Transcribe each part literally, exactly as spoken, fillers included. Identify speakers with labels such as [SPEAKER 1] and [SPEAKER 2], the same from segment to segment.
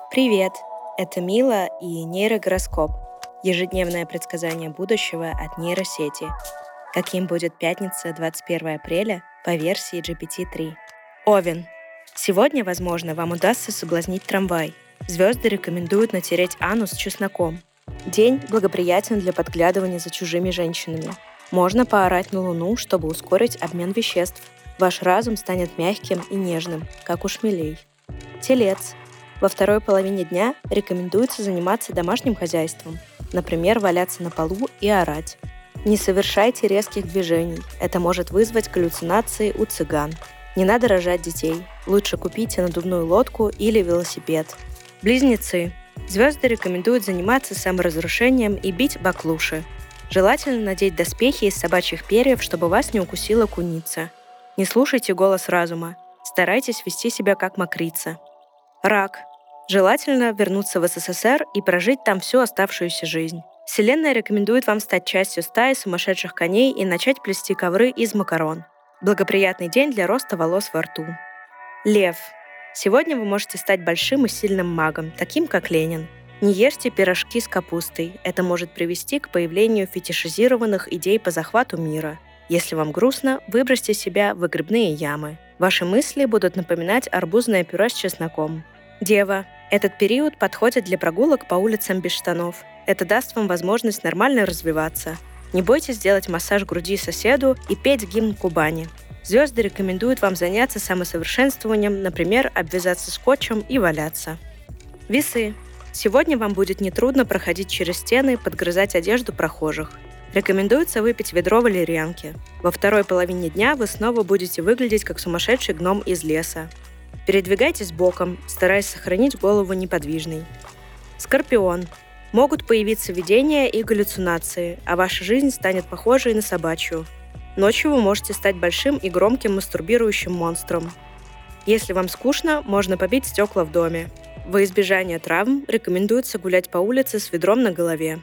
[SPEAKER 1] Привет! Это Мила и нейрогороскоп. Ежедневное предсказание будущего от нейросети. Каким будет пятница, двадцать первого апреля, по версии джи пи ти три. Овен. Сегодня, возможно, вам удастся соблазнить трамвай. Звезды рекомендуют натереть анус чесноком. День благоприятен для подглядывания за чужими женщинами. Можно поорать на Луну, чтобы ускорить обмен веществ. Ваш разум станет мягким и нежным, как у шмелей. Телец. Во второй половине дня рекомендуется заниматься домашним хозяйством, например, валяться на полу и орать. Не совершайте резких движений, это может вызвать галлюцинации у цыган. Не надо рожать детей, лучше купите надувную лодку или велосипед. Близнецы. Звезды рекомендуют заниматься саморазрушением и бить баклуши. Желательно надеть доспехи из собачьих перьев, чтобы вас не укусила куница. Не слушайте голос разума, старайтесь вести себя как мокрица. Рак. Желательно вернуться в эс эс эс эр и прожить там всю оставшуюся жизнь. Вселенная рекомендует вам стать частью стаи сумасшедших коней и начать плести ковры из макарон. Благоприятный день для роста волос во рту. Лев. Сегодня вы можете стать большим и сильным магом, таким как Ленин. Не ешьте пирожки с капустой. Это может привести к появлению фетишизированных идей по захвату мира. Если вам грустно, выбросьте себя в выгребные ямы. Ваши мысли будут напоминать арбузное пюре с чесноком. Дева. Этот период подходит для прогулок по улицам без штанов. Это даст вам возможность нормально развиваться. Не бойтесь сделать массаж груди соседу и петь гимн Кубани. Звезды рекомендуют вам заняться самосовершенствованием, например, обвязаться скотчем и валяться. Весы. Сегодня вам будет нетрудно проходить через стены, подгрызать одежду прохожих. Рекомендуется выпить ведро валерьянки. Во второй половине дня вы снова будете выглядеть как сумасшедший гном из леса. Передвигайтесь боком, стараясь сохранить голову неподвижной. Скорпион. Могут появиться видения и галлюцинации, а ваша жизнь станет похожей на собачью. Ночью вы можете стать большим и громким мастурбирующим монстром. Если вам скучно, можно побить стекла в доме. Во избежание травм рекомендуется гулять по улице с ведром на голове.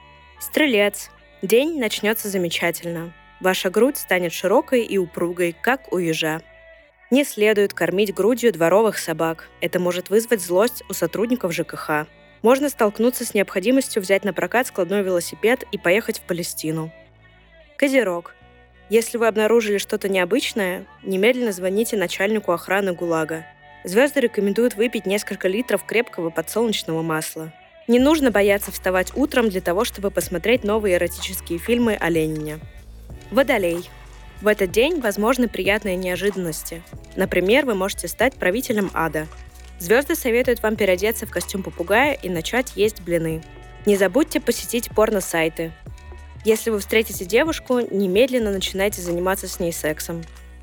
[SPEAKER 1] Стрелец. День начнется замечательно. Ваша грудь станет широкой и упругой, как у ежа. Не следует кормить грудью дворовых собак. Это может вызвать злость у сотрудников жэ ка ха. Можно столкнуться с необходимостью взять на прокат складной велосипед и поехать в Палестину. Козерог. Если вы обнаружили что-то необычное, немедленно звоните начальнику охраны ГУЛАГа. Звезды рекомендуют выпить несколько литров крепкого подсолнечного масла. Не нужно бояться вставать утром для того, чтобы посмотреть новые эротические фильмы о Ленине. Водолей. В этот день возможны приятные неожиданности. Например, вы можете стать правителем ада. Звезды советуют вам переодеться в костюм попугая и начать есть блины. Не забудьте посетить порно-сайты. Если вы встретите девушку, немедленно начинайте заниматься с ней сексом.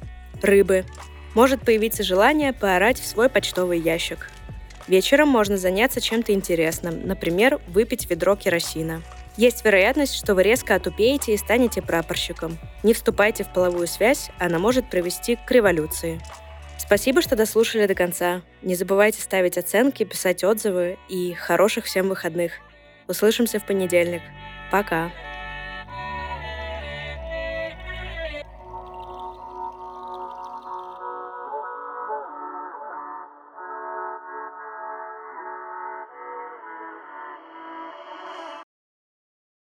[SPEAKER 1] Рыбы. Может появиться желание поорать в свой почтовый ящик. Вечером можно заняться чем-то интересным, например, выпить ведро керосина. Есть вероятность, что вы резко отупеете и станете прапорщиком. Не вступайте в половую связь, она может привести к революции. Спасибо, что дослушали до конца. Не забывайте ставить оценки, писать отзывы и хороших всем выходных. Услышимся в понедельник. Пока!